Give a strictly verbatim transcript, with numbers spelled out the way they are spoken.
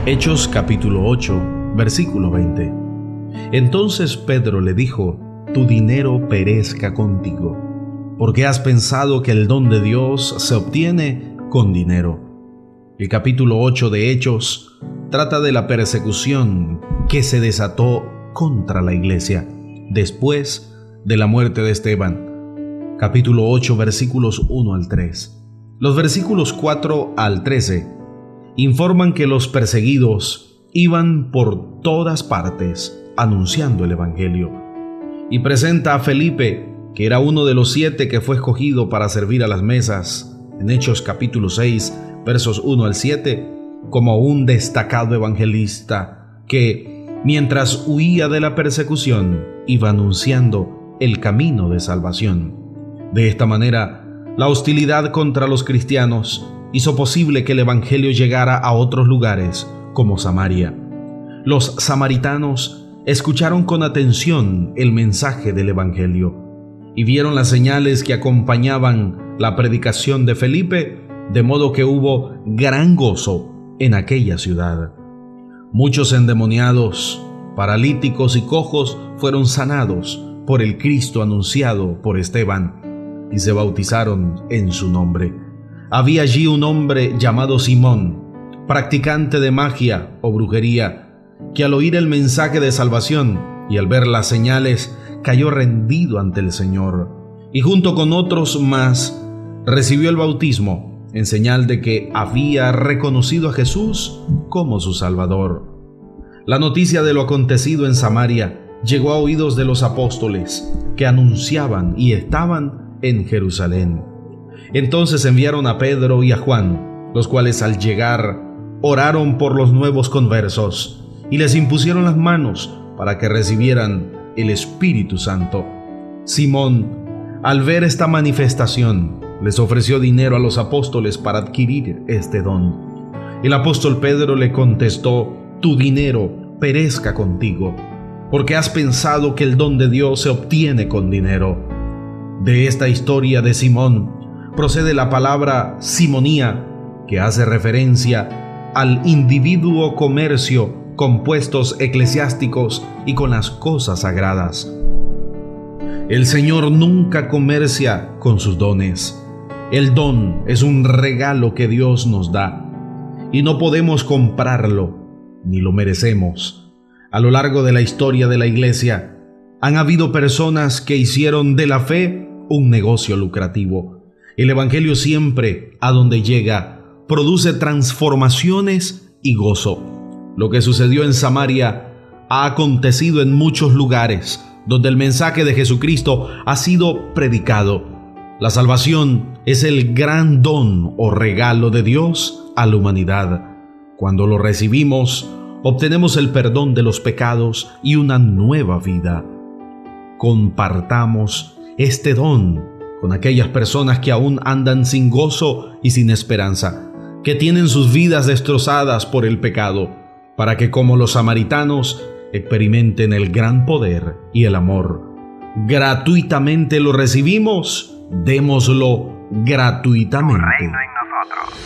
Hechos capítulo ocho, versículo veinte. Entonces Pedro le dijo: tu dinero perezca contigo, porque has pensado que el don de Dios se obtiene con dinero. El capítulo ocho de Hechos trata de la persecución que se desató contra la iglesia después de la muerte de Esteban. Capítulo ocho, versículos uno al tres. Los versículos cuatro al trece informan que los perseguidos iban por todas partes anunciando el Evangelio, y presenta a Felipe, que era uno de los siete que fue escogido para servir a las mesas, en Hechos capítulo seis, versos uno al siete, como un destacado evangelista que, mientras huía de la persecución, iba anunciando el camino de salvación. De esta manera, la hostilidad contra los cristianos hizo posible que el Evangelio llegara a otros lugares, como Samaria. Los samaritanos escucharon con atención el mensaje del Evangelio y vieron las señales que acompañaban la predicación de Felipe, de modo que hubo gran gozo en aquella ciudad. Muchos endemoniados, paralíticos y cojos fueron sanados por el Cristo anunciado por Esteban y se bautizaron en su nombre. Había allí un hombre llamado Simón, practicante de magia o brujería, que al oír el mensaje de salvación y al ver las señales cayó rendido ante el Señor, y junto con otros más recibió el bautismo en señal de que había reconocido a Jesús como su Salvador. La noticia de lo acontecido en Samaria llegó a oídos de los apóstoles, que anunciaban y estaban en Jerusalén. Entonces enviaron a Pedro y a Juan, los cuales al llegar oraron por los nuevos conversos y les impusieron las manos para que recibieran el Espíritu Santo. Simón, al ver esta manifestación, les ofreció dinero a los apóstoles para adquirir este don. El apóstol Pedro le contestó: tu dinero perezca contigo, porque has pensado que el don de Dios se obtiene con dinero. De esta historia de Simón procede la palabra simonía, que hace referencia al individuo comercio con puestos eclesiásticos y con las cosas sagradas. El Señor nunca comercia con sus dones. El don es un regalo que Dios nos da y no podemos comprarlo, ni lo merecemos. A lo largo de la historia de la iglesia han habido personas que hicieron de la fe un negocio lucrativo. El Evangelio siempre, a donde llega, produce transformaciones y gozo. Lo que sucedió en Samaria ha acontecido en muchos lugares donde el mensaje de Jesucristo ha sido predicado. La salvación es el gran don o regalo de Dios a la humanidad. Cuando lo recibimos, obtenemos el perdón de los pecados y una nueva vida. Compartamos este don con aquellas personas que aún andan sin gozo y sin esperanza, que tienen sus vidas destrozadas por el pecado, para que como los samaritanos experimenten el gran poder y el amor. Gratuitamente lo recibimos, démoslo gratuitamente.